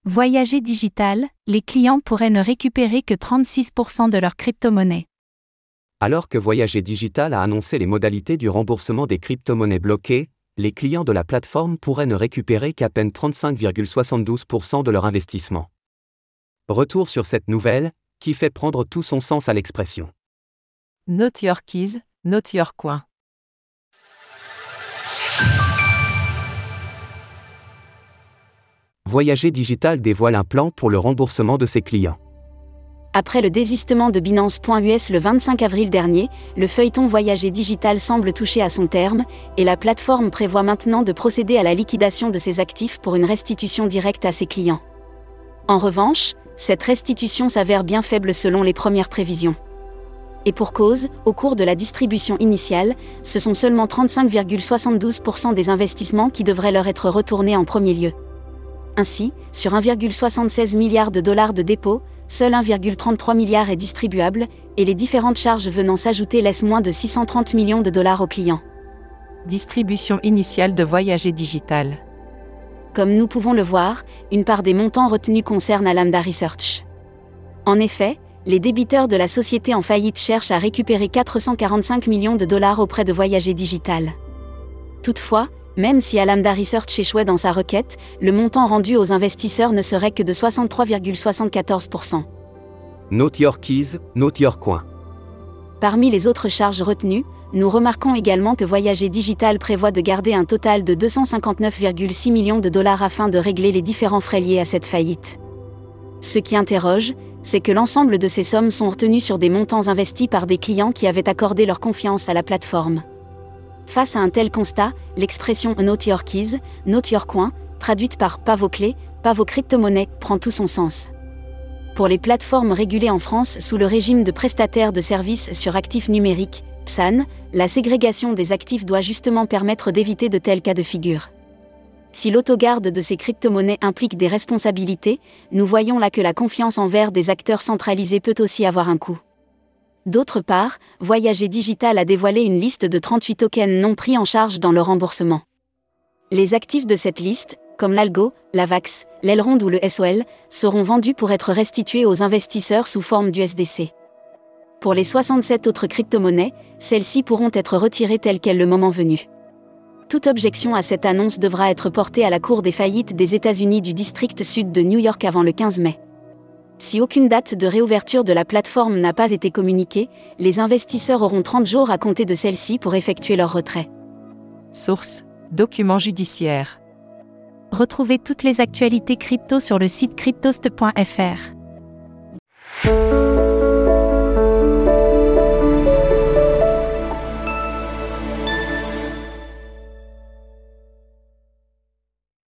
Voyager digital, les clients pourraient ne récupérer que 36% de leur crypto-monnaie. Alors que Voyager Digital a annoncé les modalités du remboursement des crypto-monnaies bloquées, les clients de la plateforme pourraient ne récupérer qu'à peine 35,72% de leur investissement. Retour sur cette nouvelle, qui fait prendre tout son sens à l'expression. Note your keys, note your coin. Voyager Digital dévoile un plan pour le remboursement de ses clients. Après le désistement de Binance.us le 25 avril dernier, le feuilleton Voyager Digital semble toucher à son terme, et la plateforme prévoit maintenant de procéder à la liquidation de ses actifs pour une restitution directe à ses clients. En revanche, cette restitution s'avère bien faible selon les premières prévisions. Et pour cause, au cours de la distribution initiale, ce sont seulement 35,72% des investissements qui devraient leur être retournés en premier lieu. Ainsi, sur 1,76 milliard de dollars de dépôt, seul 1,33 milliard est distribuable, et les différentes charges venant s'ajouter laissent moins de 630 millions de dollars aux clients. Distribution initiale de Voyager Digital. Comme nous pouvons le voir, une part des montants retenus concerne Alameda Research. En effet, les débiteurs de la société en faillite cherchent à récupérer 445 millions de dollars auprès de Voyager Digital. Toutefois, même si Alameda Research échouait dans sa requête, le montant rendu aux investisseurs ne serait que de 63,74%. Note your keys, note your coin. Parmi les autres charges retenues, nous remarquons également que Voyager Digital prévoit de garder un total de 259,6 millions de dollars afin de régler les différents frais liés à cette faillite. Ce qui interroge, c'est que l'ensemble de ces sommes sont retenues sur des montants investis par des clients qui avaient accordé leur confiance à la plateforme. Face à un tel constat, l'expression « Note your keys, note your coin », traduite par « pas vos clés, pas vos crypto-monnaies », prend tout son sens. Pour les plateformes régulées en France sous le régime de prestataires de services sur actifs numériques, PSAN, la ségrégation des actifs doit justement permettre d'éviter de tels cas de figure. Si l'autogarde de ces crypto-monnaies implique des responsabilités, nous voyons là que la confiance envers des acteurs centralisés peut aussi avoir un coût. D'autre part, Voyager Digital a dévoilé une liste de 38 tokens non pris en charge dans le remboursement. Les actifs de cette liste, comme l'Algo, l'Avax, l'Elrond ou le SOL, seront vendus pour être restitués aux investisseurs sous forme d'USDC. Pour les 67 autres crypto-monnaies, celles-ci pourront être retirées telles quelles le moment venu. Toute objection à cette annonce devra être portée à la Cour des faillites des États-Unis du district sud de New York avant le 15 mai. Si aucune date de réouverture de la plateforme n'a pas été communiquée, les investisseurs auront 30 jours à compter de celle-ci pour effectuer leur retrait. Source: documents judiciaires. Retrouvez toutes les actualités crypto sur le site cryptost.fr.